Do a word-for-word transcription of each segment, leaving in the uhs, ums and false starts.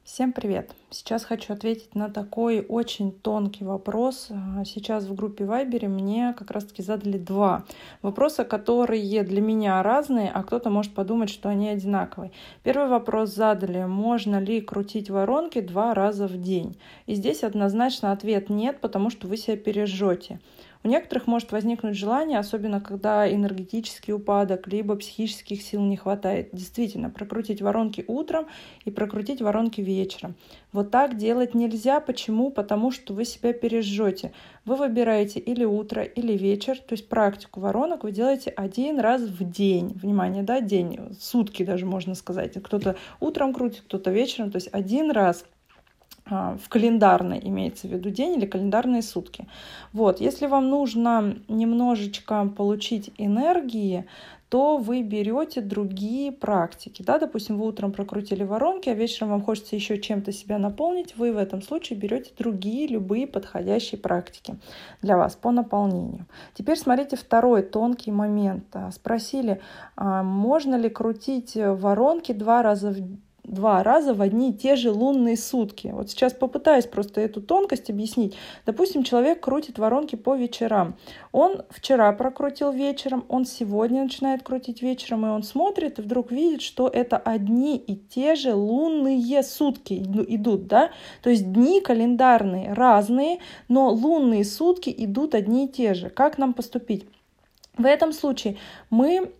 Всем привет! Сейчас хочу ответить на такой очень тонкий вопрос. Сейчас в группе Вайбере мне как раз-таки задали два вопроса, которые для меня разные, а кто-то может подумать, что они одинаковые. Первый вопрос задали: можно ли крутить воронки два раза в день? И здесь однозначно ответ нет, потому что вы себя пережжете. У некоторых может возникнуть желание, особенно когда энергетический упадок, либо психических сил не хватает, действительно прокрутить воронки утром и прокрутить воронки вечером. Вот так делать нельзя. Почему? Потому что вы себя пережжете. Вы выбираете или утро, или вечер, то есть практику воронок вы делаете один раз в день. Внимание, да, день, сутки даже можно сказать. Кто-то утром крутит, кто-то вечером, то есть один раз в календарный, имеется в виду, день или календарные сутки. Вот, если вам нужно немножечко получить энергии, то вы берете другие практики. Да? Допустим, вы утром прокрутили воронки, а вечером вам хочется еще чем-то себя наполнить, вы в этом случае берете другие, любые подходящие практики для вас по наполнению. Теперь смотрите второй тонкий момент. Спросили, можно ли крутить воронки два раза в день? два раза в одни и те же лунные сутки. Вот сейчас попытаюсь просто эту тонкость объяснить. Допустим, человек крутит воронки по вечерам. Он вчера прокрутил вечером, он сегодня начинает крутить вечером, и он смотрит и вдруг видит, что это одни и те же лунные сутки идут, да? То есть дни календарные разные, но лунные сутки идут одни и те же. Как нам поступить? В этом случае мы...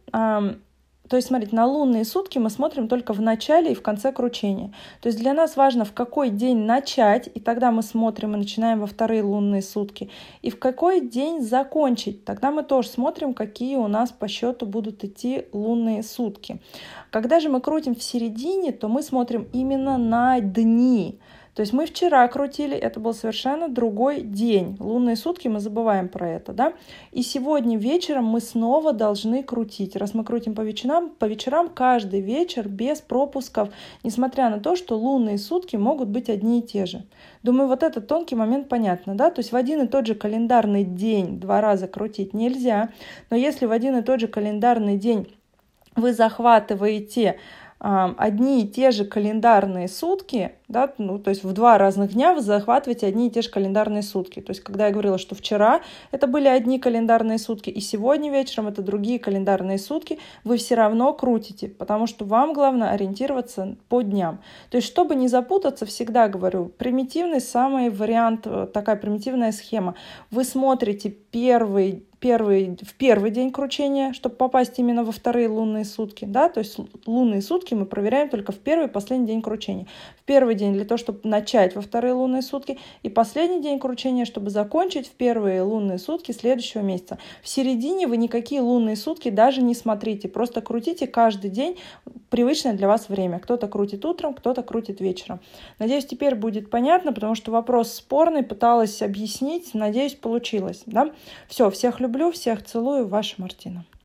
То есть, смотрите, на лунные сутки мы смотрим только в начале и в конце кручения. То есть для нас важно, в какой день начать, и тогда мы смотрим и начинаем во вторые лунные сутки, и в какой день закончить. Тогда мы тоже смотрим, какие у нас по счету будут идти лунные сутки. Когда же мы крутим в середине, то мы смотрим именно на дни. То есть мы вчера крутили, это был совершенно другой день. Лунные сутки, мы забываем про это, да? И сегодня вечером мы снова должны крутить. Раз мы крутим по вечерам, по вечерам каждый вечер без пропусков, несмотря на то, что лунные сутки могут быть одни и те же. Думаю, вот этот тонкий момент понятно, да? То есть в один и тот же календарный день два раза крутить нельзя, но если в один и тот же календарный день вы захватываете одни и те же календарные сутки, да, ну, то есть в два разных дня вы захватываете одни и те же календарные сутки. То есть когда я говорила, что вчера это были одни календарные сутки, и сегодня вечером это другие календарные сутки, вы все равно крутите, потому что вам главное ориентироваться по дням. То есть чтобы не запутаться, всегда говорю, примитивный самый вариант, такая примитивная схема. Вы смотрите первый Первый, в первый день кручения, чтобы попасть именно во вторые лунные сутки. Да? То есть лунные сутки мы проверяем только в первый и последний день кручения. В первый день для того, чтобы начать во вторые лунные сутки, и последний день кручения, чтобы закончить в первые лунные сутки следующего месяца. В середине вы никакие лунные сутки даже не смотрите, просто крутите каждый день привычное для вас время. Кто-то крутит утром, кто-то крутит вечером. Надеюсь, теперь будет понятно, потому что вопрос спорный, пыталась объяснить, надеюсь, получилось. Да? Все, всех люблю. Люблю, всех целую, ваша Мартина.